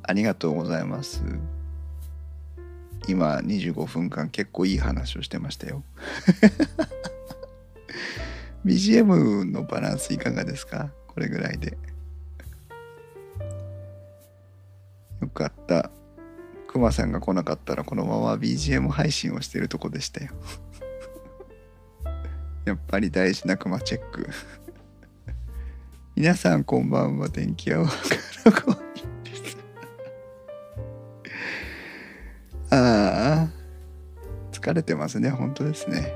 ありがとうございます。今25分間結構いい話をしてましたよ。BGM のバランスいかがですか？これぐらいで。よかった。くまさんが来なかったらこのまま BGM 配信をしてるとこでしたよ。やっぱり大事なくまチェック。皆さんこんばんは。天気屋から来いです。ああ、疲れてますね。本当ですね。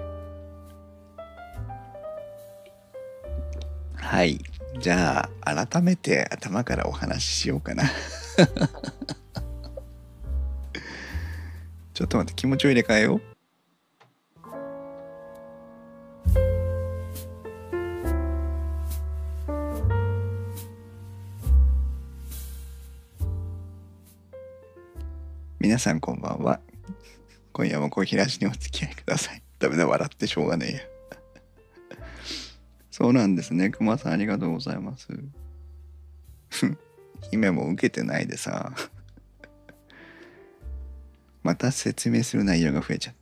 はい。じゃあ改めて頭からお話ししようかな。ちょっと待って、気持ちを入れ替えよう。皆さんこんばんは。今夜も小平市にお付き合いください。ダメだ、笑ってしょうがねえや。そうなんですね。熊さんありがとうございます。姫も受けてないでさ。また説明する内容が増えちゃった。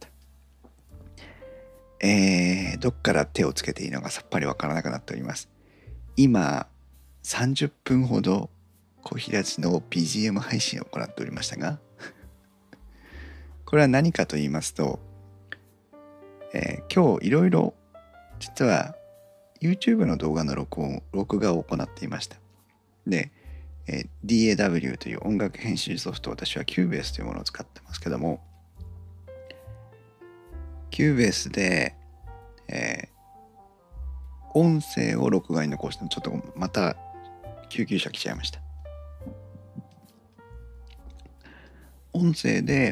どっから手をつけていいのかさっぱりわからなくなっております。今、30分ほど小平市の BGM 配信を行っておりましたが、これは何かと言いますと、今日いろいろ実は YouTube の動画の録画を行っていました。で、DAW という音楽編集ソフト、私は Cubase というものを使ってますけども、Cubase で、音声を録画に残して、ちょっとまた救急車来ちゃいました。音声で、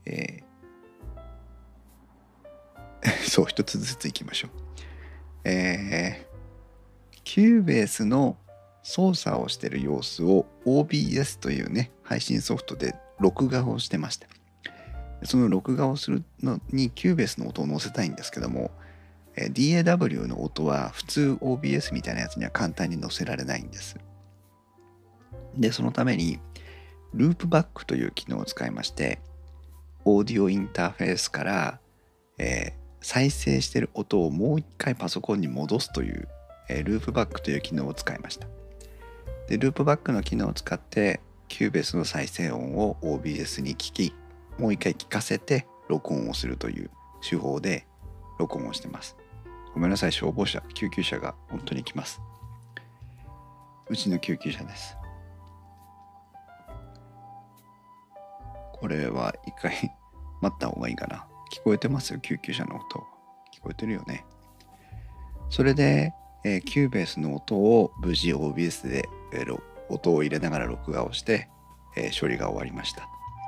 そう、一つずついきましょう。Cubase の操作をしている様子を OBS というね、配信ソフトで録画をしてました。その録画をするのに Cubase の音を載せたいんですけども、DAW の音は普通 OBS みたいなやつには簡単に載せられないんです。で、そのためにループバックという機能を使いまして、オーディオインターフェースから、再生している音をもう一回パソコンに戻すという、ループバックという機能を使いました。で、ループバックの機能を使って Cubase の再生音を OBS に聞き、もう一回聞かせて録音をするという手法で録音をしてます。ごめんなさい、消防車、救急車が本当に来ます。うちの救急車です。これは一回待った方がいいかな。聞こえてますよ、救急車の音。聞こえてるよね。それで、Cubase の音を無事 OBS で、音を入れながら録画をして、処理が終わりました。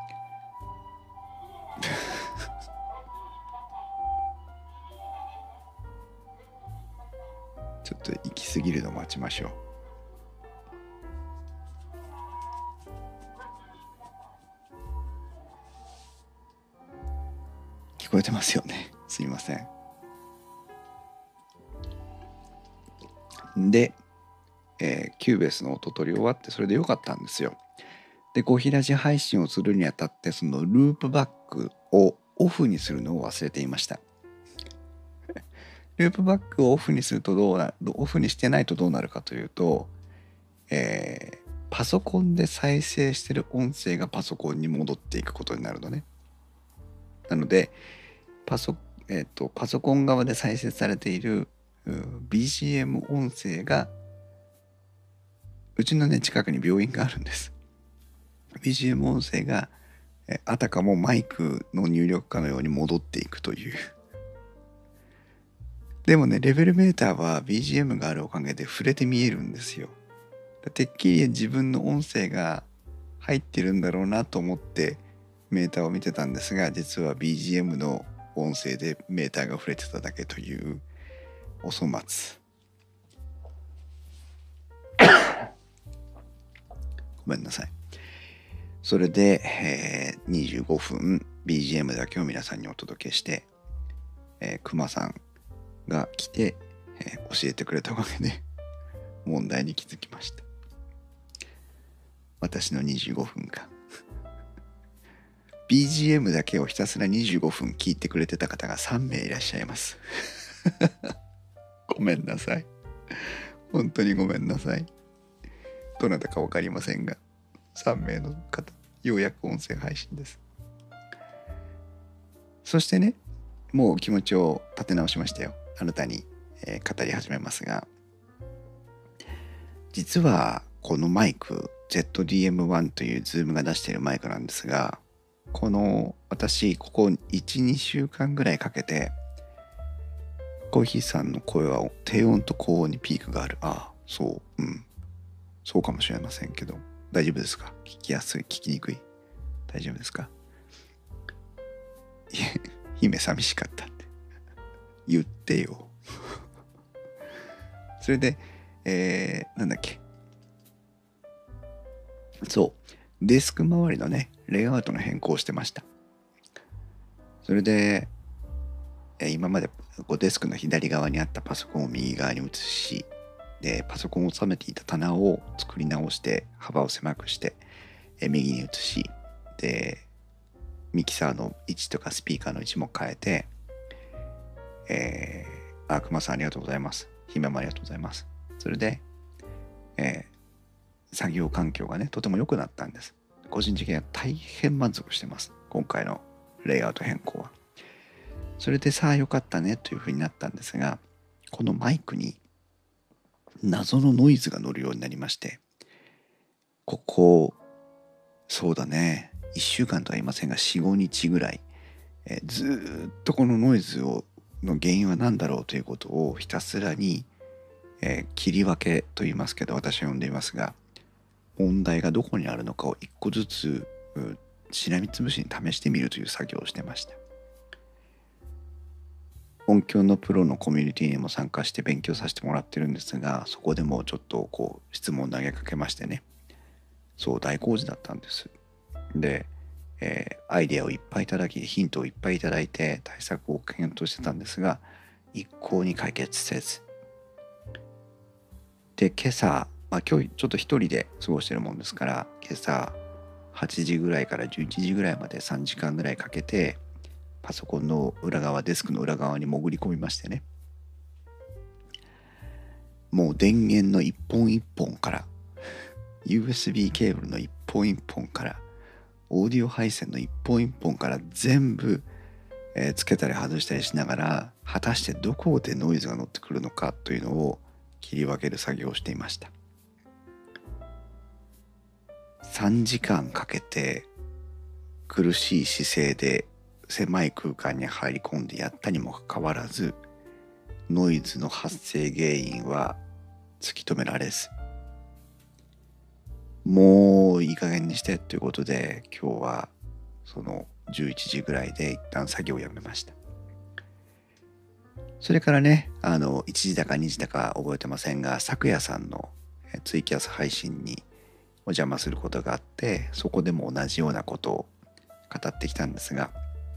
ちょっと行き過ぎるの待ちましょう。聞こえてますよね。すいません。で、Cubase の音取り終わってそれでよかったんですよ。で、小平寺配信をするにあたってそのループバックをオフにするのを忘れていました。ループバックをオフにするとオフにしてないとどうなるかというと、パソコンで再生してる音声がパソコンに戻っていくことになるのね。なのでパソコン側で再生されているBGM 音声が、うちのね近くに病院があるんです。BGM 音声があたかもマイクの入力かのように戻っていくという。でもね、レベルメーターは BGM があるおかげで触れて見えるんですよ。てっきり自分の音声が入ってるんだろうなと思ってメーターを見てたんですが、実は BGM の音声でメーターが触れてただけというお粗末。ごめんなさい。それで、25分 BGM だけを皆さんにお届けして、くまさんが来て、教えてくれたおかげで問題に気づきました。私の25分間 BGM だけをひたすら25分聞いてくれてた方が3名いらっしゃいます。ごめんなさい。本当にごめんなさい。どなたか分かりませんが、3名の方、ようやく音声配信です。そしてね、もう気持ちを立て直しましたよ。あなたに、語り始めますが、実はこのマイク ZDM1 という Zoom が出しているマイクなんですが、この私ここ 1,2 週間ぐらいかけてコーヒーさんの声は低音と高音にピークがある。ああ、そう、そうかもしれませんけど、大丈夫ですか？聞きやすい、聞きにくい、大丈夫ですか？姫寂しかったって言ってよ。それで、なんだっけ、そうデスク周りのねレイアウトの変更をしてました。それで、今までデスクの左側にあったパソコンを右側に移し、でパソコンを収めていた棚を作り直して幅を狭くして、右に移し、でミキサーの位置とかスピーカーの位置も変えて、熊さんありがとうございます。姫もありがとうございます。それで、作業環境がねとても良くなったんです。個人的には大変満足してます、今回のレイアウト変更は。それでさあ良かったねというふうになったんですが、このマイクに謎のノイズが乗るようになりまして、ここそうだね1週間とは言いませんが 4,5 日ぐらい、ずっとこのノイズの原因は何だろうということをひたすらに、切り分けと言いますけど、私は呼んでいますが、問題がどこにあるのかを一個ずつしらみつぶしに試してみるという作業をしてました。音響のプロのコミュニティにも参加して勉強させてもらってるんですが、そこでもちょっとこう質問を投げかけましてね、そう大工事だったんです。で、アイデアをいっぱいいただき、ヒントをいっぱいいただいて対策を検討してたんですが、一向に解決せず、で今朝、今日ちょっと一人で過ごしてるもんですから、今朝8時ぐらいから11時ぐらいまで3時間ぐらいかけてパソコンの裏側、デスクの裏側に潜り込みましてね、もう電源の一本一本から USB ケーブルの一本一本からオーディオ配線の一本一本から全部、つけたり外したりしながら、果たしてどこでノイズが乗ってくるのかというのを切り分ける作業をしていました。3時間かけて苦しい姿勢で狭い空間に入り込んでやったにもかかわらず、ノイズの発生原因は突き止められず、もういい加減にしてということで、今日はその11時ぐらいで一旦作業をやめました。それからね、1時だか2時だか覚えてませんが、昨夜さんのツイキャス配信にお邪魔することがあって、そこでも同じようなことを語ってきたんですが、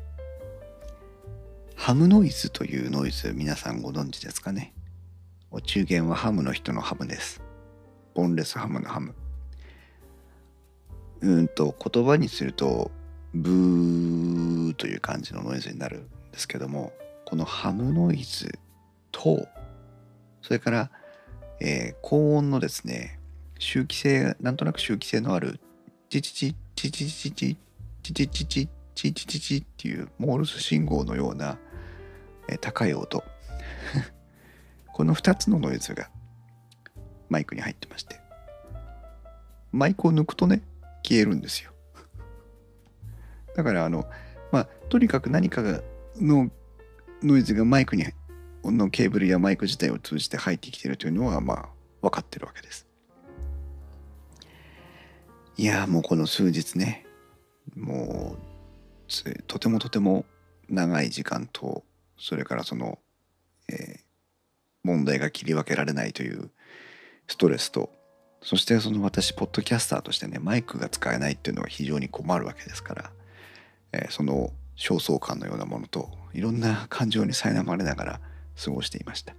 ハムノイズというノイズ、皆さんご存知ですかね。お中元はハムの人のハムです。ボンレスハムのハム。言葉にするとブーという感じのノイズになるんですけども、このハムノイズと、それから、高音のですね、周期性、なんとなく周期性のあるチチチチチチチチチチチチチチチチっていうモールス信号のような、高い音この2つのノイズがマイクに入ってまして、マイクを抜くとね消えるんですよ。だからとにかく何かのノイズがマイクにのケーブルやマイク自体を通じて入ってきているというのは分かってるわけです。いやもうこの数日ね、もうとても長い時間と、それからその、問題が切り分けられないというストレスと、そしてその私ポッドキャスターとしてねマイクが使えないっていうのは非常に困るわけですから、その焦燥感のようなものといろんな感情に苛まれながら過ごしていました。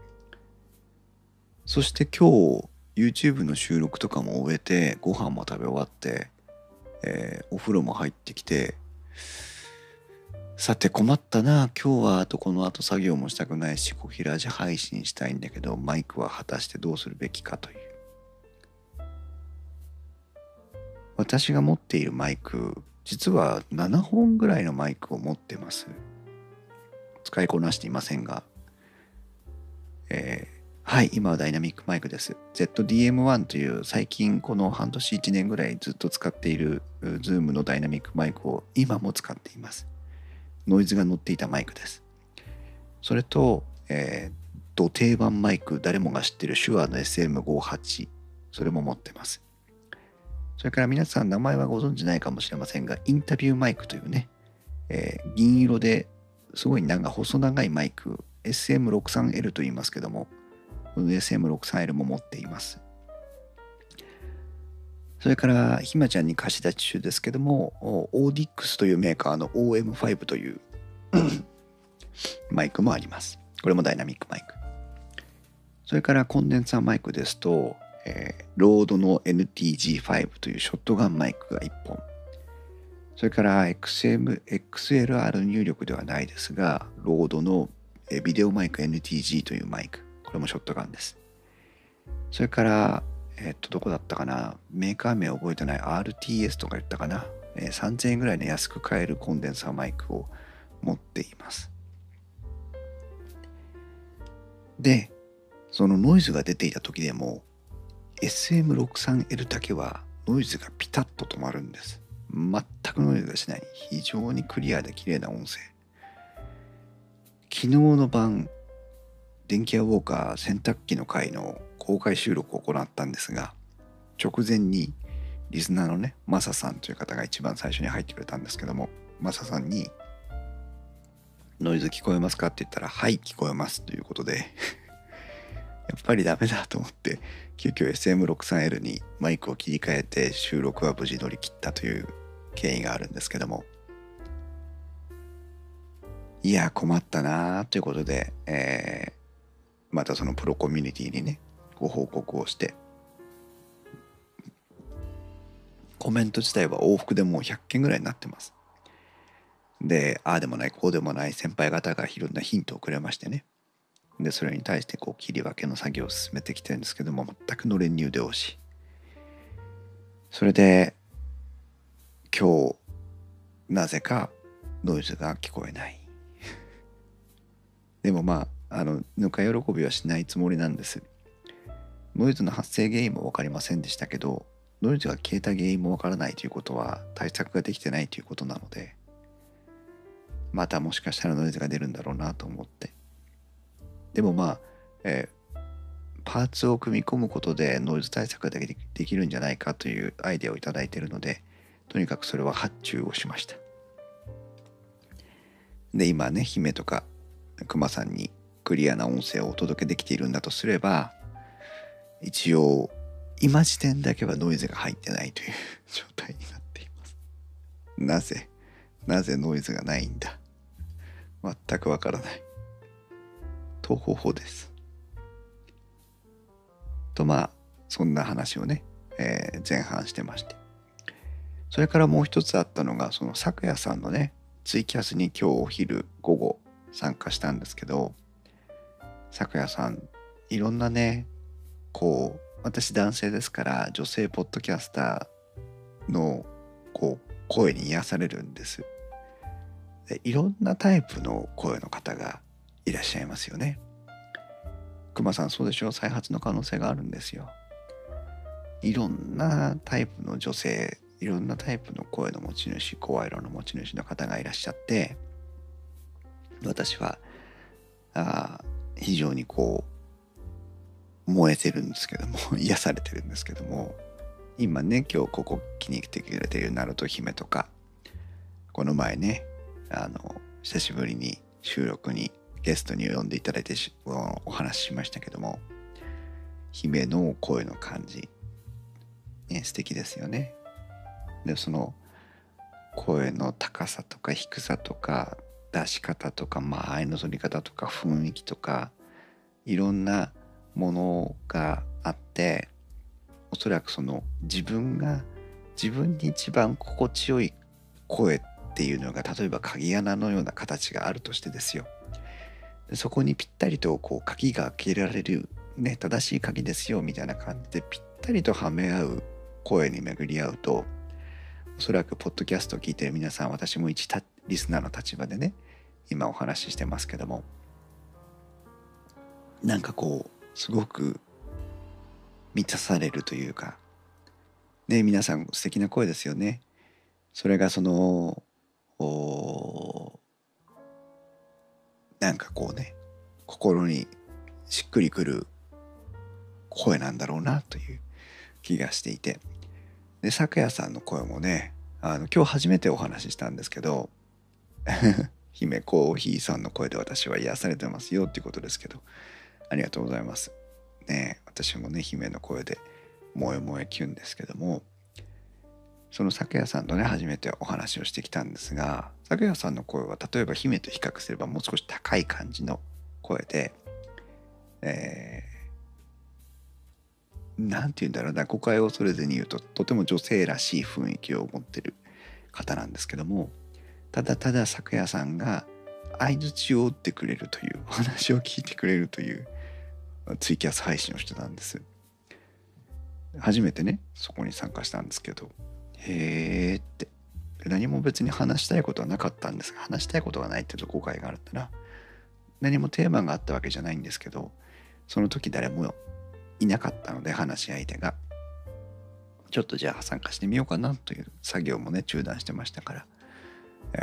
そして今日 YouTube の収録とかも終えて、ご飯も食べ終わって、お風呂も入ってきて、 さて困ったな。今日はこの後作業もしたくないし、小平寺配信したいんだけど、マイクは果たしてどうするべきかという。私が持っているマイク、実は7本ぐらいのマイクを持ってます。使いこなしていませんが、はい、今はダイナミックマイクです。ZDM1 という最近この半年1年ぐらいずっと使っている Zoom のダイナミックマイクを今も使っています。ノイズが乗っていたマイクです。それと、ド定番マイク、誰もが知っている手話の SM58、それも持ってます。それから皆さん名前はご存知ないかもしれませんが、インタビューマイクというね、銀色ですごい細長いマイク、SM63L と言いますけども、この SM63L も持っています。それからひまちゃんに貸し出し中ですけども、オーディックスというメーカーの OM5 というマイクもあります。これもダイナミックマイク。それからコンデンサーマイクですと、ロードの NTG5 というショットガンマイクが1本。それから XLR 入力ではないですが、ロードのビデオマイク NTG というマイク。これもショットガンです。それから、どこだったかな、メーカー名を覚えてない RTS とか言ったかな、3000円ぐらいの安く買えるコンデンサーマイクを持っています。で、そのノイズが出ていた時でも SM63L だけはノイズがピタッと止まるんです。全くノイズがしない。非常にクリアで綺麗な音声。昨日の晩、電気屋ウォーカー洗濯機の回の公開収録を行ったんですが、直前にリスナーのね、マサさんという方が一番最初に入ってくれたんですけども、マサさんにノイズ聞こえますかって言ったら、はい、聞こえますということで、やっぱりダメだと思って、急遽 SM63L にマイクを切り替えて収録は無事乗り切ったという経緯があるんですけども、いや困ったなということで、またそのプロコミュニティにねご報告をして、コメント自体は往復でもう100件ぐらいになってます。で、ああでもないこうでもない先輩方がいろんなヒントをくれましてね、でそれに対して切り分けの作業を進めてきてるんですけども、全くのれんに腕押し。それで今日なぜかノイズが聞こえないでもぬか喜びはしないつもりなんです。ノイズの発生原因も分かりませんでしたけど、ノイズが消えた原因も分からないということは対策ができてないということなので、またもしかしたらノイズが出るんだろうなと思って、でもパーツを組み込むことでノイズ対策ができるんじゃないかというアイデアをいただいているので、とにかくそれは発注をしました。で今ね、姫とかクマさんにクリアな音声をお届けできているんだとすれば、一応今時点だけはノイズが入ってないという状態になっています。なぜノイズがないんだ、全くわからないと方法です。とそんな話をね、前半してまして、それからもう一つあったのが、その咲夜さんのねツイキャスに今日お昼午後参加したんですけど、咲夜さんいろんなね、私男性ですから女性ポッドキャスターの声に癒されるんです。でいろんなタイプの声の方がいらっしゃいますよね。クマさんそうでしょう、再発の可能性があるんですよ。いろんなタイプの女性、いろんなタイプの声の持ち主、声色の持ち主の方がいらっしゃって、私は非常に燃えてるんですけども癒されてるんですけども、今ね、今日ここ気に来てくれているナルト姫とか、この前ね久しぶりに収録にゲストに呼んでいただいてお話ししましたけども、姫の声の感じ、ね、素敵ですよね。でその声の高さとか低さとか出し方とか間合いの取り方とか雰囲気とか、いろんなものがあって、おそらくその自分に一番心地よい声っっていうのが例えば鍵穴のような形があるとしてですよ。でそこにぴったりとこう鍵が開けられる、ね、正しい鍵ですよみたいな感じでぴったりとはめ合う声に巡り合うと、おそらくポッドキャストを聞いてる皆さん、私も一リスナーの立場でね今お話ししてますけども、なんかこうすごく満たされるというかね、皆さん素敵な声ですよね。それがそのなんかこうね、心にしっくりくる声なんだろうなという気がしていて、で咲夜さんの声もね、今日初めてお話ししたんですけど姫コーヒーさんの声で私は癒されてますよっていうことですけど、ありがとうございますね。私もね姫の声で萌え萌えキュンですけども、その咲夜さんとね初めてお話をしてきたんですが、咲夜さんの声は例えば姫と比較すればもう少し高い感じの声で、なんて言うんだろうな、誤解を恐れずに言うととても女性らしい雰囲気を持ってる方なんですけども、ただただ咲夜さんが相槌を打ってくれるという、お話を聞いてくれるというツイキャス配信をしてたんです。初めてねそこに参加したんですけど、へーって、何も別に話したいことはなかったんですが、話したいことがないっていうと誤解があるったら、何もテーマがあったわけじゃないんですけど、その時誰もいなかったので話し相手が、ちょっとじゃあ参加してみようかなという作業もね中断してましたから、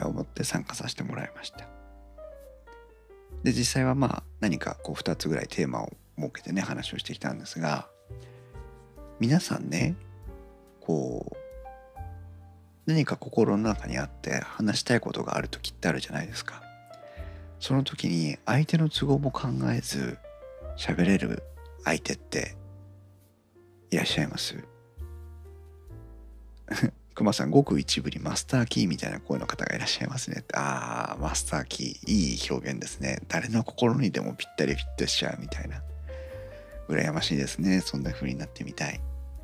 思って参加させてもらいました。で実際はまあ何かこう2つぐらいテーマを設けてね話をしてきたんですが、皆さんねこう何か心の中にあって話したいことがある時ってあるじゃないですか。その時に相手の都合も考えず喋れる相手っていらっしゃいます？熊さん、ごく一部にマスターキーみたいな声の方がいらっしゃいますね。ああ、マスターキー、いい表現ですね。誰の心にでもぴったりフィットしちゃうみたいな。羨ましいですね。そんな風になってみたい。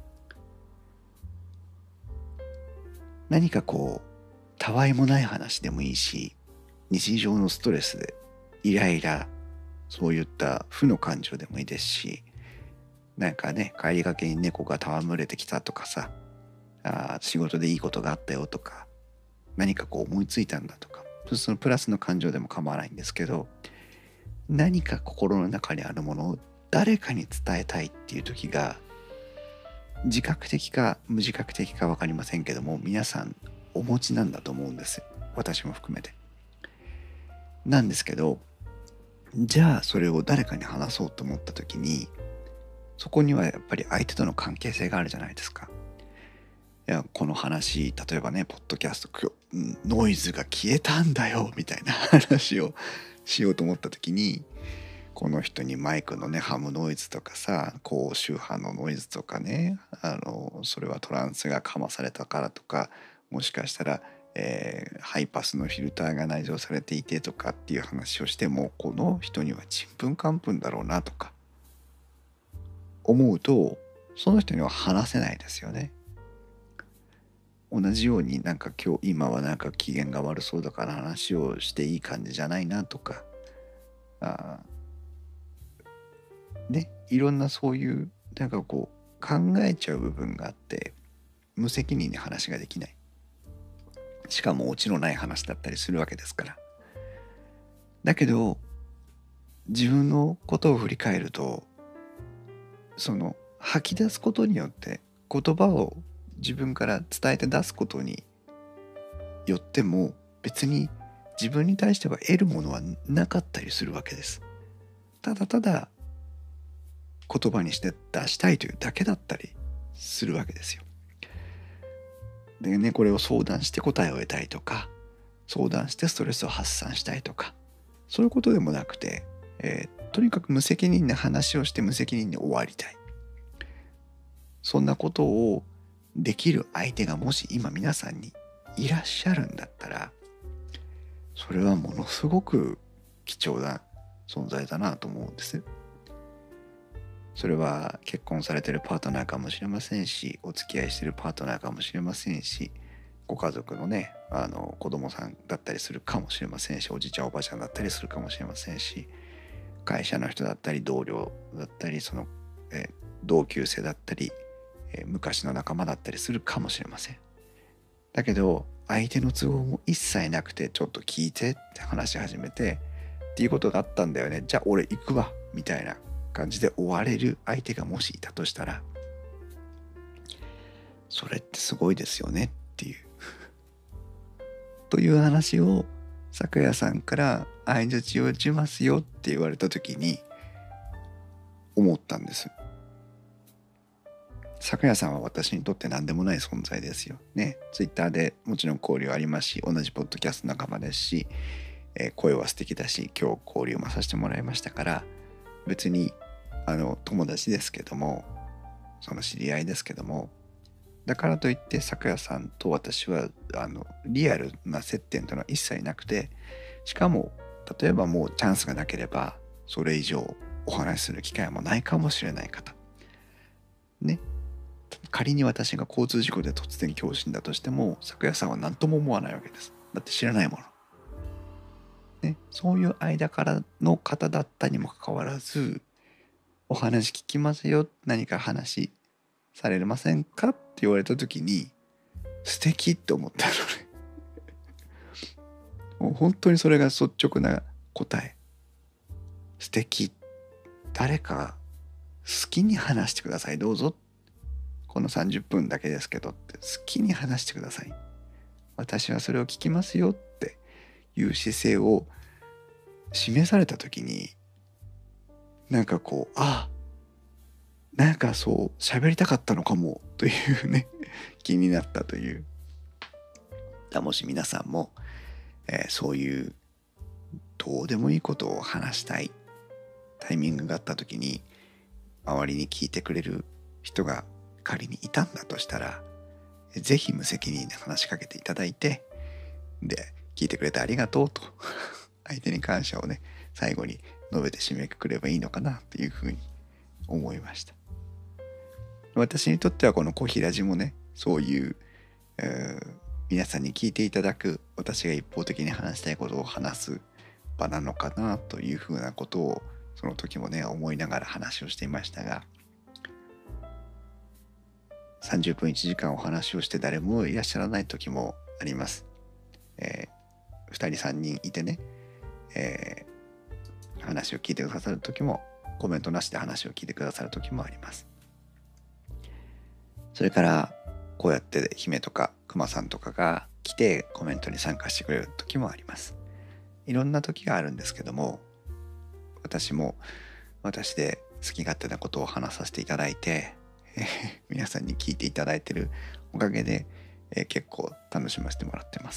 何かこう、たわいもない話でもいいし、日常のストレスで、イライラ、そういった負の感情でもいいですし、なんかね、帰りがけに猫が戯れてきたとかさ、仕事でいいことがあったよとか、何かこう思いついたんだとか、そのプラスの感情でも構わないんですけど、何か心の中にあるものを誰かに伝えたいっていう時が、自覚的か無自覚的か分かりませんけども、皆さんお持ちなんだと思うんですよ。私も含めて。なんですけど、じゃあそれを誰かに話そうと思った時に、そこにはやっぱり相手との関係性があるじゃないですか。いやこの話、例えばねポッドキャストノイズが消えたんだよみたいな話をしようと思った時に、この人にマイクのねハムノイズとかさ、高周波のノイズとかね、それはトランスがかまされたからとか、もしかしたら、ハイパスのフィルターが内蔵されていてとかっていう話をしても、この人にはちんぷんかんぷんだろうなとか思うと、その人には話せないですよね。同じようになんか今はなんか機嫌が悪そうだから話をしていい感じじゃないなとか、ね、いろんなそういうなんかこう考えちゃう部分があって、無責任に話ができない、しかもオチのない話だったりするわけですから。だけど自分のことを振り返ると、その吐き出すことによって、言葉を自分から伝えて出すことによっても別に自分に対しては得るものはなかったりするわけです。ただただ言葉にして出したいというだけだったりするわけですよ。でね、これを相談して答えを得たいとか、相談してストレスを発散したいとか、そういうことでもなくて、とにかく無責任な話をして無責任に終わりたい。そんなことをできる相手がもし今皆さんにいらっしゃるんだったら、それはものすごく貴重な存在だなと思うんです。それは結婚されてるパートナーかもしれませんし、お付き合いしてるパートナーかもしれませんし、 ご家族のね子供さんだったりするかもしれませんし、おじいちゃんおばあちゃんだったりするかもしれませんし、会社の人だったり同僚だったり同級生だったり、昔の仲間だったりするかもしれません。だけど相手の都合も一切なくて、ちょっと聞いてって話し始めてっていうことがあったんだよね、じゃあ俺行くわみたいな感じで終われる相手がもしいたとしたら、それってすごいですよねっていうという話を咲夜さんから相槌を打ちますよって言われた時に思ったんです。咲夜さんは私にとって何でもない存在ですよね。ツイッターでもちろん交流ありますし、同じポッドキャスト仲間ですし、声は素敵だし、今日交流もさせてもらいましたから、別に友達ですけども、その知り合いですけども、だからといって咲夜さんと私はリアルな接点というのは一切なくて、しかも例えばもうチャンスがなければそれ以上お話しする機会もないかもしれない方ね。仮に私が交通事故で突然今日死んだとしても、咲夜さんは何とも思わないわけです。だって知らないもの、ね、そういう間からの方だったにもかかわらず、お話聞きますよ、何か話されませんかって言われた時に、素敵って思ったのね。もう本当にそれが率直な答え。素敵。誰か好きに話してください、どうぞ。この30分だけですけどって好きに話してください。私はそれを聞きますよっていう姿勢を示された時に、なんかこう、なんかそう喋りたかったのかもというね気になったという。もし皆さんも、そういうどうでもいいことを話したいタイミングがあった時に、周りに聞いてくれる人が仮にいたんだとしたら、ぜひ無責任に話しかけていただいて、で聞いてくれてありがとうと相手に感謝をね最後に述べて締めくくればいいのかなというふうに思いました。私にとってはこの小平寺もね、そういう、皆さんに聞いていただく、私が一方的に話したいことを話す場なのかなというふうなことをその時もね思いながら話をしていましたが、30分1時間お話をして誰もいらっしゃらない時もあります。2人3人いてね、話を聞いてくださる時も、コメントなしで話を聞いてくださる時もあります。それからこうやって姫とかくまさんとかが来てコメントに参加してくれる時もあります。いろんな時があるんですけども、私も私で好き勝手なことを話させていただいて、皆さんに聞いていただいてるおかげで、結構楽しませてもらってます。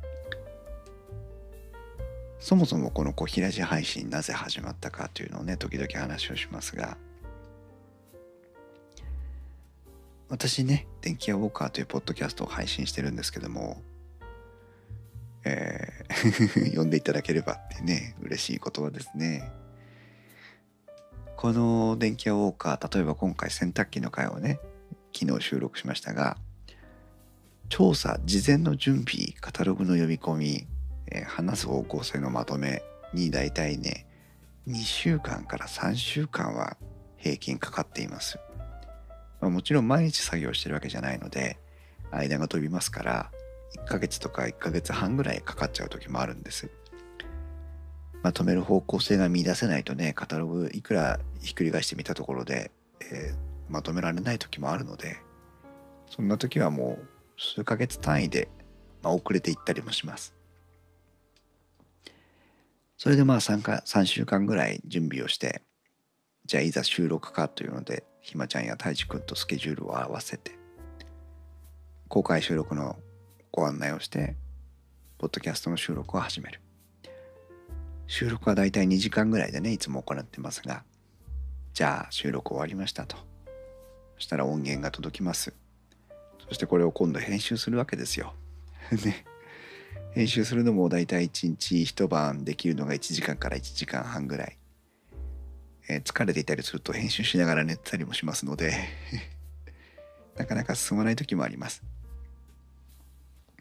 そもそもこの小平寺配信なぜ始まったかというのをね時々話をしますが、私ね電気屋ウォーカーというポッドキャストを配信してるんですけども、読んでいただければってね嬉しい言葉ですね。この電気屋ウォーカー、例えば今回洗濯機の回をね昨日収録しましたが、調査、事前の準備、カタログの読み込み、話す方向性のまとめにだいたいね2週間から3週間は平均かかっています。もちろん毎日作業してるわけじゃないので間が飛びますから、1ヶ月とか1ヶ月半ぐらいかかっちゃう時もあるんです。まとめる方向性が見出せないとね、カタログいくらひっくり返してみたところで、まとめられない時もあるので、そんな時はもう数ヶ月単位で、遅れていったりもします。それで3週間ぐらい準備をして、じゃあいざ収録かというので、ひまちゃんやたいちくんとスケジュールを合わせて、公開収録のご案内をして、ポッドキャストの収録を始める。収録はだいたい2時間ぐらいでねいつも行ってますが、じゃあ収録終わりましたと。そしたら音源が届きます。そしてこれを今度編集するわけですよ。ね。編集するのもだいたい1日一晩できるのが1時間から1時間半ぐらい。疲れていたりすると編集しながら寝てたりもしますのでなかなか進まない時もあります。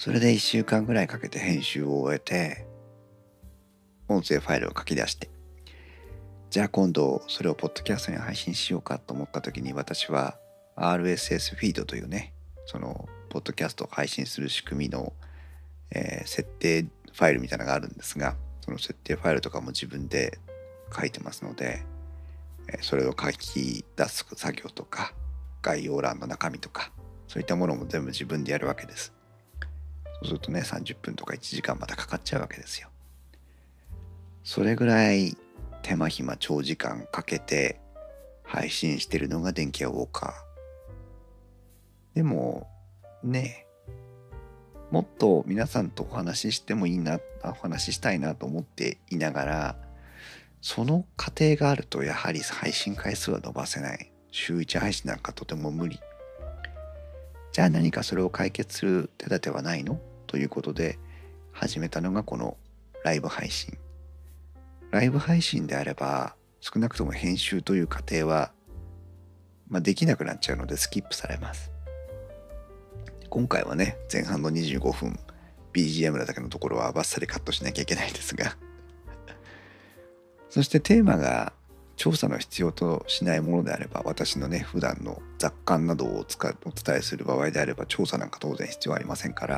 それで1週間ぐらいかけて編集を終えて、音声ファイルを書き出して、じゃあ今度それをポッドキャストに配信しようかと思った時に、私は RSS フィードというね、そのポッドキャストを配信する仕組みの、設定ファイルみたいなのがあるんですが、その設定ファイルとかも自分で書いてますので、それを書き出す作業とか概要欄の中身とかそういったものも全部自分でやるわけです。そうするとね、30分とか1時間またかかっちゃうわけですよ。それぐらい手間暇長時間かけて配信してるのが電気屋ウォーカー。でもね、もっと皆さんとお話ししてもいいな、お話ししたいなと思っていながら、その過程があるとやはり配信回数は伸ばせない。週1配信なんかとても無理。じゃあ何かそれを解決する手立てはないのということで始めたのがこのライブ配信。ライブ配信であれば少なくとも編集という過程は、できなくなっちゃうのでスキップされます。今回はね、前半の25分 BGM だけのところはバッサリカットしなきゃいけないですがそしてテーマが調査の必要としないものであれば、私のね普段の雑感などをお伝えする場合であれば調査なんか当然必要ありませんから、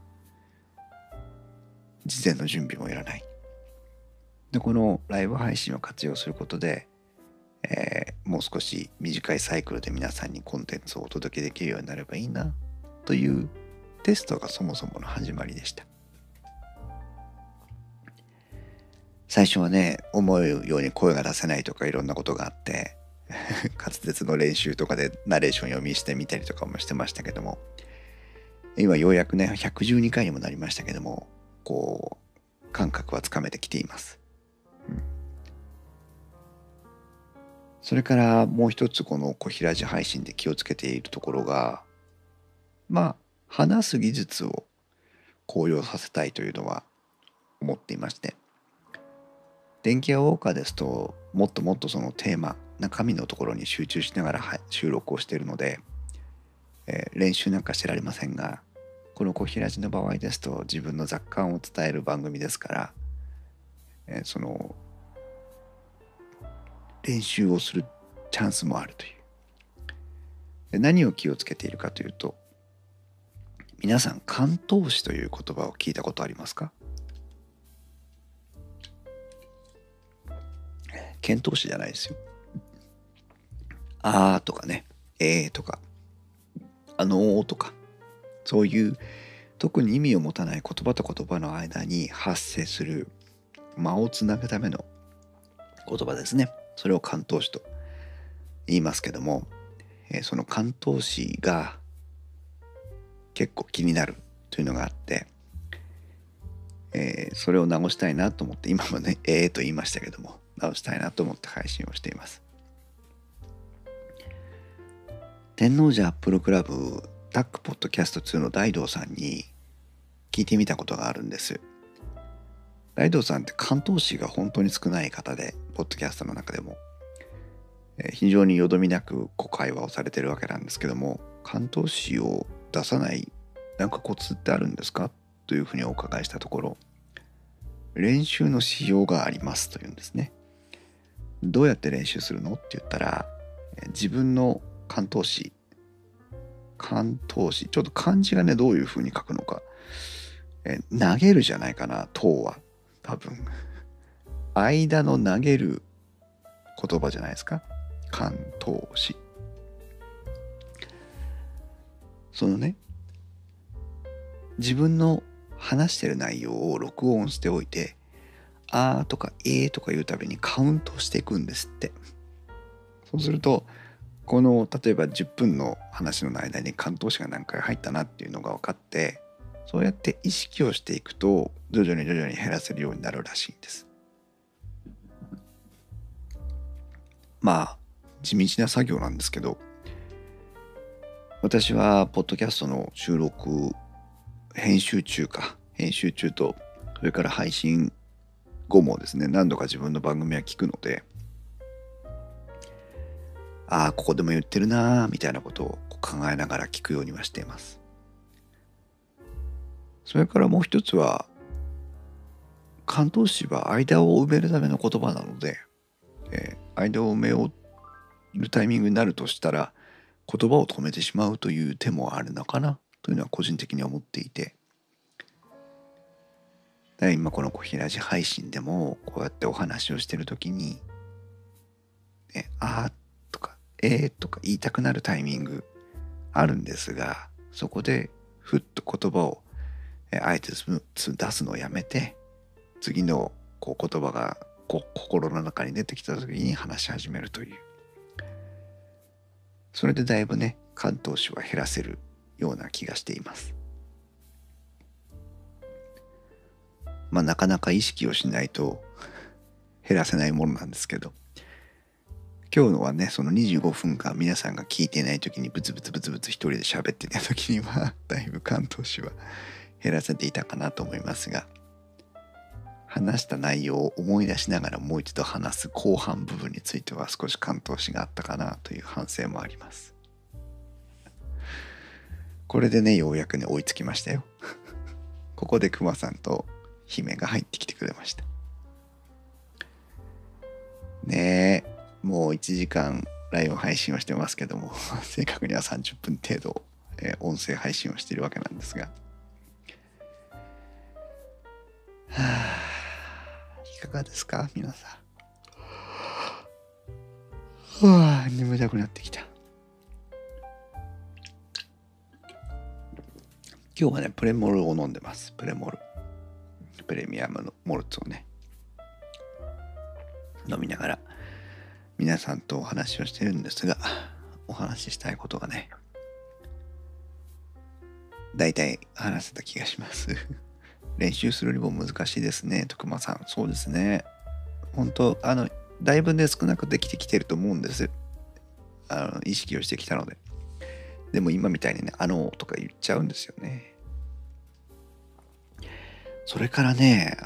事前の準備もいらない。でこのライブ配信を活用することで、もう少し短いサイクルで皆さんにコンテンツをお届けできるようになればいいなというテストがそもそもの始まりでした。最初はね、思うように声が出せないとかいろんなことがあって滑舌の練習とかでナレーション読みしてみたりとかもしてましたけども、今ようやくね112回にもなりましたけども、こう感覚はつかめてきています。それからもう一つ、この小平寺配信で気をつけているところが、話す技術を向上させたいというのは思っていまして、電気屋ウォーカーですともっともっとそのテーマ中身のところに集中しながら収録をしているので、練習なんかしてられませんが、この小平寺の場合ですと自分の雑感を伝える番組ですから、その練習をするチャンスもあるという。で何を気をつけているかというと、皆さん関東詞という言葉を聞いたことありますか？遣唐使じゃないですよ。あーとかね、とか、とか、そういう特に意味を持たない言葉と言葉の間に発生する間をつなぐための言葉ですね。それを関東詞と言いますけども、その関東詞が結構気になるというのがあって、それを直したいなと思って、今もねと言いましたけども、直したいなと思って配信をしています。天王寺アップルクラブタックポッドキャスト2の大道さんに聞いてみたことがあるんです。大道さんって関東詞が本当に少ない方で、ポッドキャストの中でも非常によどみなく会話をされてるわけなんですけども、関東詞を出さないなんかコツってあるんですかというふうにお伺いしたところ、練習のしようがありますというんですね。どうやって練習するのって言ったら、自分の関東詞、ちょっと漢字がねどういうふうに書くのか、投げるじゃないかな、唐は多分間の投げる言葉じゃないですか、関東詞。そのね、自分の話してる内容を録音しておいて、あーとかとか言うたびにカウントしていくんですって。そうするとこの例えば10分の話の間に関東詞が何回入ったなっていうのが分かって、そうやって意識をしていくと徐々に減らせるようになるらしいんです。地道な作業なんですけど、私はポッドキャストの収録編集中とそれから配信後もですね、何度か自分の番組は聞くので、ここでも言ってるなみたいなことを考えながら聞くようにはしています。 それからもう一つは、関東詞は間を埋めるための言葉なので、間を埋めようるタイミングになるとしたら、言葉を止めてしまうという手もあるのかなというのは個人的に思っていて、だから今この小平寺配信でもこうやってお話をしてる時に、あーとかとか言いたくなるタイミングあるんですが、そこでふっと言葉をあえて出すのをやめて、次のこう言葉が心の中に出てきた時に話し始めるという、それでだいぶね関東詞は減らせるような気がしています。まあなかなか意識をしないと減らせないものなんですけど、今日のはね、その25分間皆さんが聞いていない時にブツブツブツブツ一人で喋ってた時にはだいぶ関東詞は減らせていたかなと思いますが、話した内容を思い出しながらもう一度話す後半部分については少し関東詞があったかなという反省もあります。これでねようやくね追いつきましたよここでクマさんと姫が入ってきてくれましたね。もう1時間ライブ配信をしてますけども正確には30分程度、音声配信をしているわけなんですが、いかがですか皆さん。眠たくなってきた。今日はねプレモルを飲んでます。プレミアムのモルツをね飲みながら皆さんとお話をしてるんですが、お話ししたいことがねだいたい話せた気がします練習するよりも難しいですね徳間さん。そうですね、本当だいぶね少なくできてきてると思うんです。意識をしてきたので。でも今みたいにねとか言っちゃうんですよね。それからね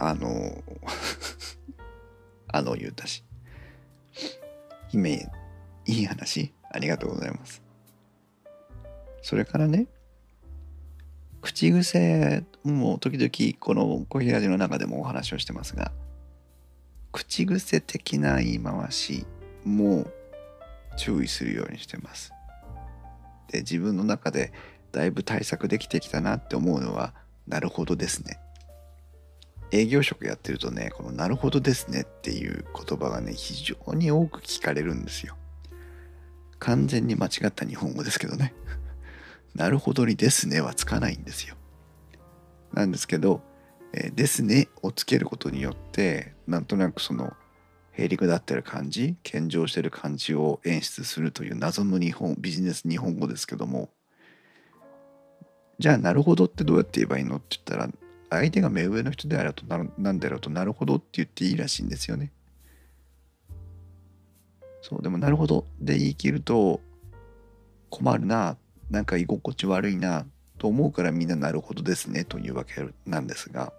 言うたし、姫いい話ありがとうございます。それからね口癖も時々この小平寺の中でもお話をしてますが、口癖的な言い回しも注意するようにしてます。で自分の中でだいぶ対策できてきたなって思うのは、なるほどですね。営業職やってるとね、このなるほどですねっていう言葉がね非常に多く聞かれるんですよ。完全に間違った日本語ですけどねなるほどにですねはつかないんですよ。なんですけど、ですねをつけることによってなんとなくそのへりくだってる感じ、謙譲してる感じを演出するという謎のビジネス日本語ですけども、じゃあなるほどってどうやって言えばいいのって言ったら、相手が目上の人であるとなんだろうとなるほどって言っていいらしいんですよね。そうでもなるほどで言い切ると困るな、なんか居心地悪いなと思うからみんななるほどですねというわけなんですが、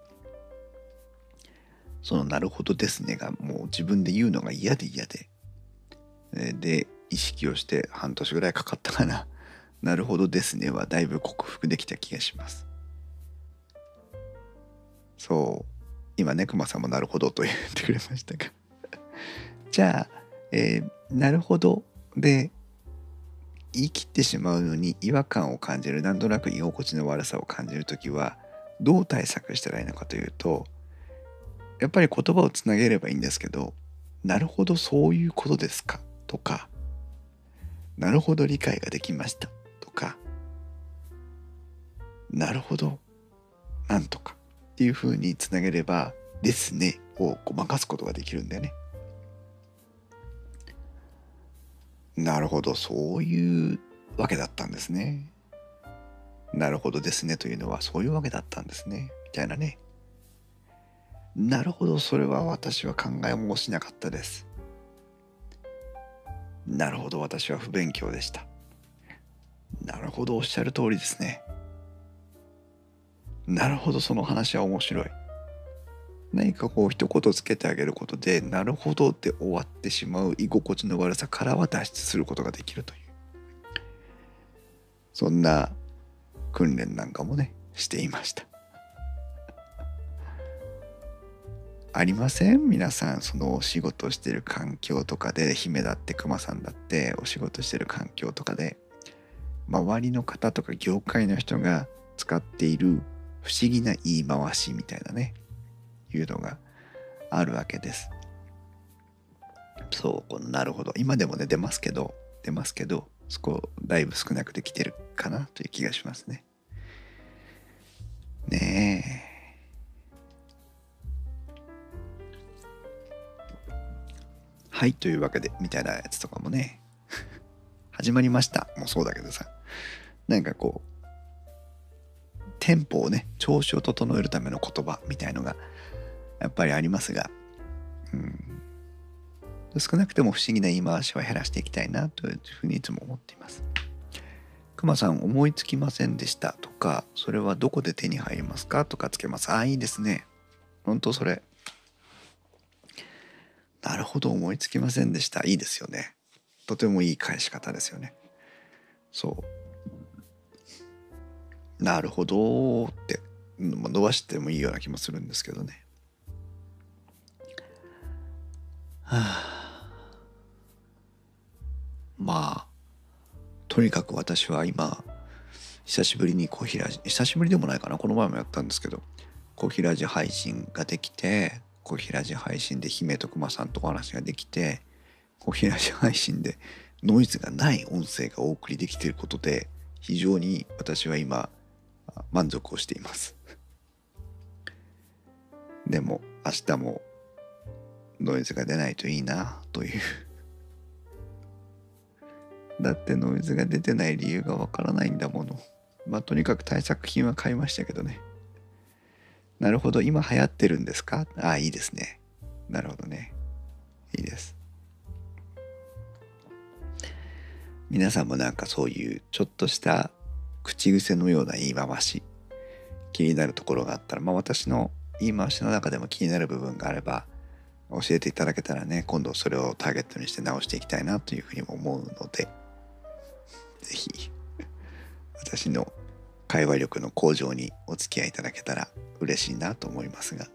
そのなるほどですねがもう自分で言うのが嫌でで意識をして半年ぐらいかかったかななるほどですねはだいぶ克服できた気がします。そう今ね熊さんもなるほどと言ってくれましたがじゃあ、なるほどで言い切ってしまうのに違和感を感じる、なんとなく居心地の悪さを感じるときはどう対策したらいいのかというと、やっぱり言葉をつなげればいいんですけど、なるほどそういうことですかとか、なるほど理解ができましたとか、なるほどなんとかっていう風につなげればですねをごまかすことができるんだよね。なるほどそういうわけだったんですね。なるほどですねというのはそういうわけだったんですねみたいなね。なるほどそれは私は考えもしなかったです。なるほど私は不勉強でした。なるほどおっしゃる通りですね。なるほどその話は面白い。何かこう一言つけてあげることでなるほどって終わってしまう居心地の悪さからは脱出することができるという、そんな訓練なんかもねしていました。 ありません？皆さん、そのお仕事してる環境とかで、姫だって熊さんだってお仕事してる環境とかで、周りの方とか業界の人が使っている不思議な言い回しみたいなね、いうのがあるわけです。そう、なるほど。今でもね、出ますけど、そこだいぶ少なくできてるかなという気がしますね。ねえ。はい、というわけで、みたいなやつとかもね、始まりました。もうそうだけどさ、なんかこう、テンポをね、調子を整えるための言葉みたいのが、やっぱりありますが、少なくても不思議な言い回しは減らしていきたいなというふうにいつも思っています。くまさん、思いつきませんでしたとか、それはどこで手に入りますかとかつけます。いいですね。本当それ。なるほど、思いつきませんでした。いいですよね。とてもいい返し方ですよね。そう。なるほどって、伸ばしてもいいような気もするんですけどね。はあ、まあ、とにかく私は今、久しぶりにコーヒーラジ、久しぶりでもないかな、この前もやったんですけど、コーヒーラジ配信ができて、コーヒーラジ配信で姫と熊さんとお話ができて、コーヒーラジ配信でノイズがない音声がお送りできていることで、非常に私は今満足をしています。でも明日もノイズが出ないといいなという。だってノイズが出てない理由がわからないんだもの。とにかく対策品は買いましたけどね。なるほど、今流行ってるんですか？いいですね。なるほどね。いいです。皆さんもなんかそういうちょっとした口癖のような言い回し、気になるところがあったら、私の言い回しの中でも気になる部分があれば教えていただけたらね、今度それをターゲットにして直していきたいなというふうにも思うので、ぜひ私の会話力の向上にお付き合いいただけたら嬉しいなと思いますが、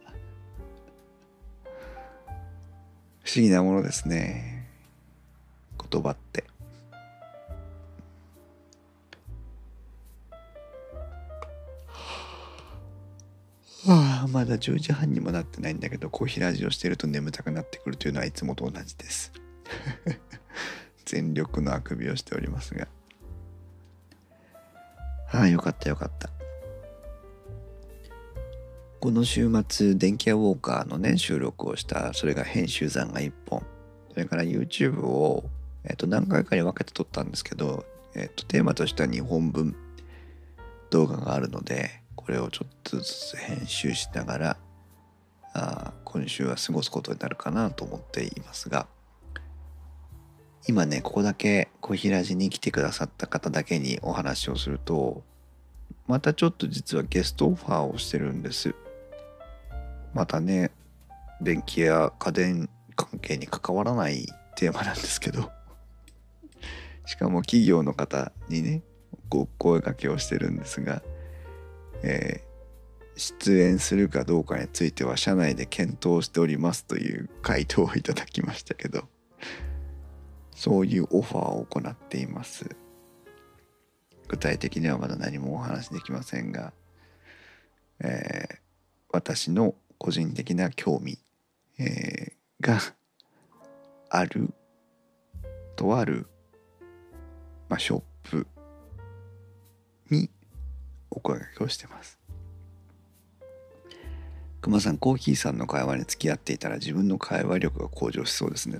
不思議なものですね、言葉って。まだ10時半にもなってないんだけど、コーヒーラジオしてると眠たくなってくるというのはいつもと同じです。全力のあくびをしておりますが。よかったよかった。この週末、電気屋ウォーカーのね、収録をした、それが編集残が1本。それから YouTube を、何回かに分けて撮ったんですけど、テーマとしては2本分動画があるので、これをちょっとずつ編集しながら、今週は過ごすことになるかなと思っていますが、今ね、ここだけコーヒーラジに来てくださった方だけにお話をすると、またちょっと実はゲストオファーをしてるんです。またね、電気や家電関係に関わらないテーマなんですけど、しかも企業の方にね、お声掛けをしてるんですが、出演するかどうかについては社内で検討しておりますという回答をいただきましたけど、そういうオファーを行っています。具体的にはまだ何もお話できませんが、私の個人的な興味、があるとある、ショップにお声掛けをしてます。熊さん、コーヒーさんの会話に付き合っていたら自分の会話力が向上しそうですね。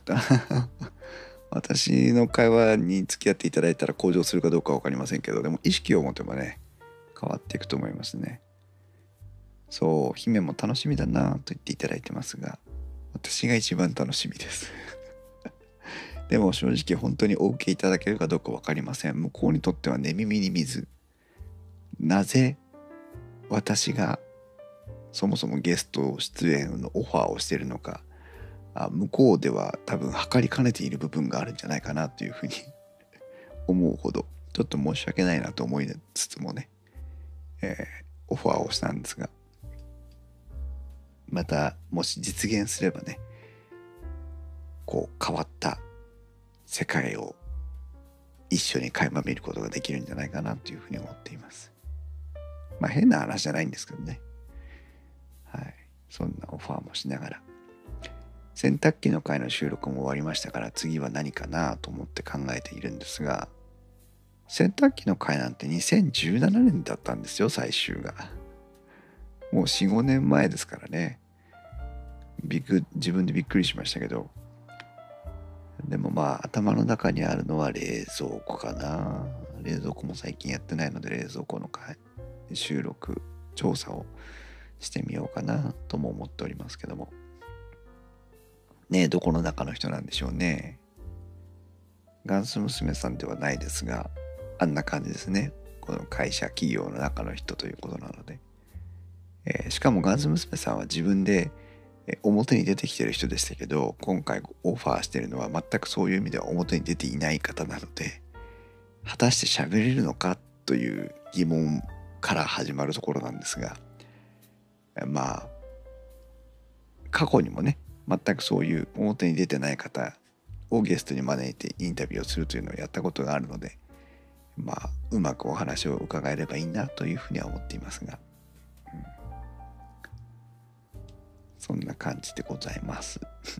私の会話に付き合っていただいたら向上するかどうかは分かりませんけど、でも意識を持てばね、変わっていくと思いますね。そう、姫も楽しみだなと言っていただいてますが、私が一番楽しみです。でも正直本当にお受けいただけるかどうか分かりません。向こうにとっては寝耳に水。なぜ私がそもそもゲスト出演のオファーをしているのか、向こうでは多分測りかねている部分があるんじゃないかなというふうに思うほど、ちょっと申し訳ないなと思いつつもね、オファーをしたんですが、 またもし実現すればね、こう変わった世界を一緒に垣間見ることができるんじゃないかなというふうに思っています。まあ変な話じゃないんですけどね。はい、そんなオファーもしながら、洗濯機の回の収録も終わりましたから、次は何かなと思って考えているんですが、洗濯機の回なんて2017年だったんですよ、最終が。もう4、5年前ですからね。自分でびっくりしましたけど、でもまあ頭の中にあるのは冷蔵庫かな。冷蔵庫も最近やってないので、冷蔵庫の回収録調査をしてみようかなとも思っておりますけどもね。え、どこの中の人なんでしょうね。ガンス娘さんではないですが、あんな感じですね。この会社企業の中の人ということなので、しかもガンス娘さんは自分で表に出てきてる人でしたけど、今回オファーしてるのは全くそういう意味では表に出ていない方なので、果たして喋れるのかという疑問から始まるところなんですが、まあ過去にもね、全くそういう表に出てない方をゲストに招いてインタビューをするというのをやったことがあるので、まあうまくお話を伺えればいいなというふうには思っていますが、そんな感じでございます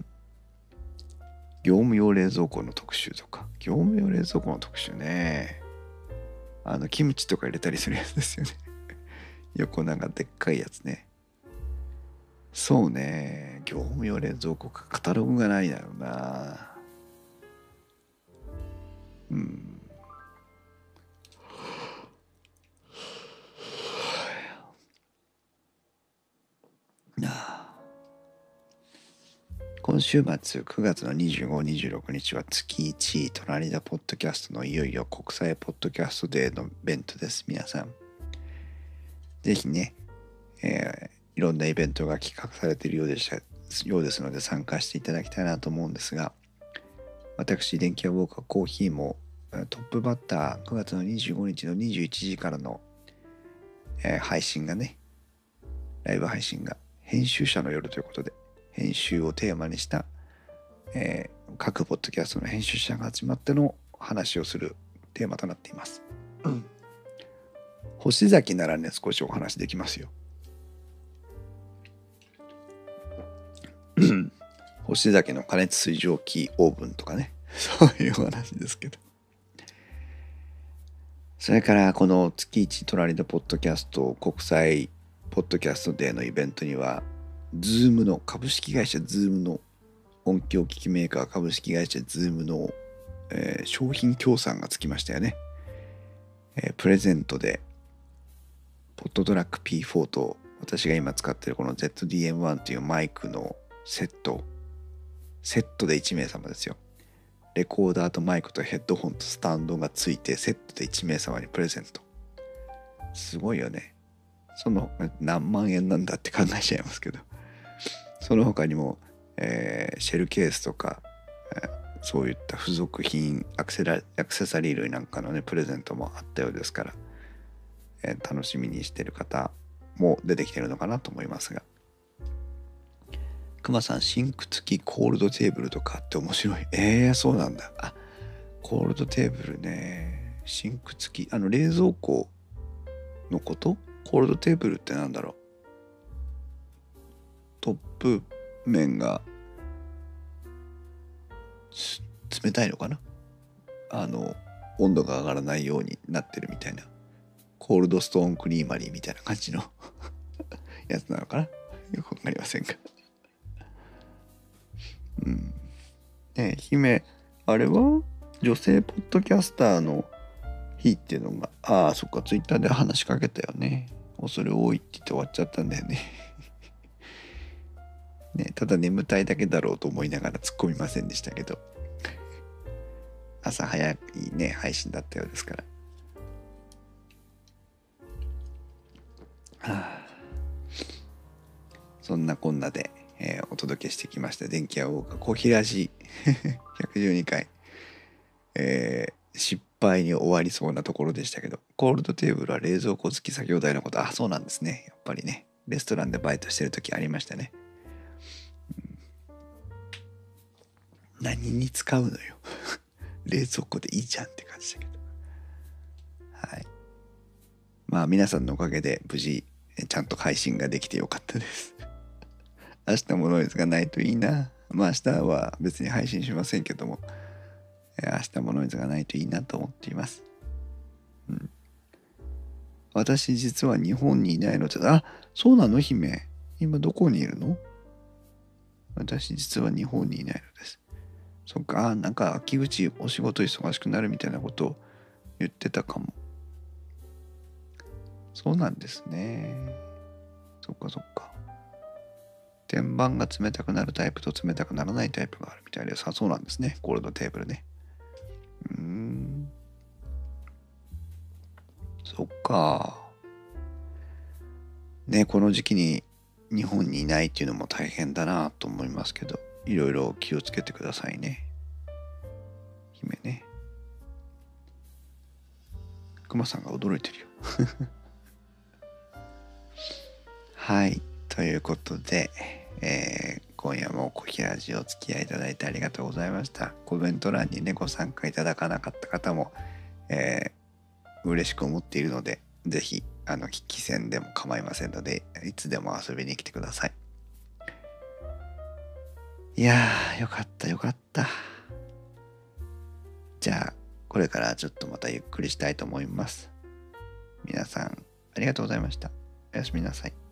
業務用冷蔵庫の特集とか、業務用冷蔵庫の特集ね、キムチとか入れたりするやつですよね横なんかでっかいやつね。そうね、業務用冷蔵庫か、カタログがないだろうな。今週末9月の25、26日は月1隣田ポッドキャストのいよいよ国際ポッドキャストデーのイベントです。皆さんぜひね、いろんなイベントが企画されているようですので参加していただきたいなと思うんですが、私電気屋ウォーカーコーヒーもトップバッター9月の25日の21時からの、配信がね、ライブ配信が編集者の夜ということで、編集をテーマにした、各ポッドキャストの編集者が集まっての話をするテーマとなっています。星崎ならね、少しお話できますよ。星崎の加熱水蒸気オーブンとかね、そういうお話ですけど。それからこの月1隣のポッドキャスト国際ポッドキャストデーのイベントには、ズームの株式会社ズームの音響機器メーカー株式会社ズームの、商品協賛がつきましたよね。プレゼントでポットトラック P4 と私が今使っているこの ZDM1 というマイクのセットで1名様ですよ。レコーダーとマイクとヘッドホンとスタンドがついてセットで1名様にプレゼント。すごいよね。その何万円なんだって考えちゃいますけど、その他にも、シェルケースとか、そういった付属品アクセサリー類なんかのねプレゼントもあったようですから、楽しみにしている方も出てきてるのかなと思いますが、くまさんシンク付きコールドテーブルとかって面白い。そうなんだ。コールドテーブルね、シンク付き、冷蔵庫のこと？コールドテーブルってなんだろう。トップ面が冷たいのかな、温度が上がらないようになってるみたいな、コールドストーンクリーマリーみたいな感じのやつなのかな、よくわかりませんが姫、あれは女性ポッドキャスターの日っていうのが、そっか、ツイッターで話しかけたよね。恐れ多いって言って終わっちゃったんだよねね、ただ眠たいだけだろうと思いながら突っ込みませんでしたけど、朝早いね配信だったようですから、そんなこんなで、お届けしてきました電気屋ウォーカーコーヒーラジ112回、失敗に終わりそうなところでしたけど、コールドテーブルは冷蔵庫付き作業台のこと、そうなんですね。やっぱりね、レストランでバイトしてる時ありましたね。 何に使うのよ。冷蔵庫でいいじゃんって感じだけど。はい。まあ皆さんのおかげで無事ちゃんと配信ができてよかったです。明日もノイズがないといいな。まあ明日は別に配信しませんけども、明日もノイズがないといいなと思っています。うん。私実は日本にいないので、あ、そうなの姫。今どこにいるの？私実は日本にいないのです。そっか、なんか秋口お仕事忙しくなるみたいなことを言ってたかも。そうなんですね。そっかそっか。天板が冷たくなるタイプと冷たくならないタイプがあるみたいです。そうなんですね。コールドテーブルね。そっか。ね、この時期に日本にいないっていうのも大変だなと思いますけど、いろいろ気をつけてくださいね。姫ね。クマさんが驚いてるよ。はい。ということで、今夜もコヒラジお付き合いいただいてありがとうございました。コメント欄にね、ご参加いただかなかった方も、嬉しく思っているので、ぜひ、筆記戦でも構いませんので、いつでも遊びに来てください。いやー、よかったよかった。じゃあ、これからちょっとまたゆっくりしたいと思います。皆さん、ありがとうございました。おやすみなさい。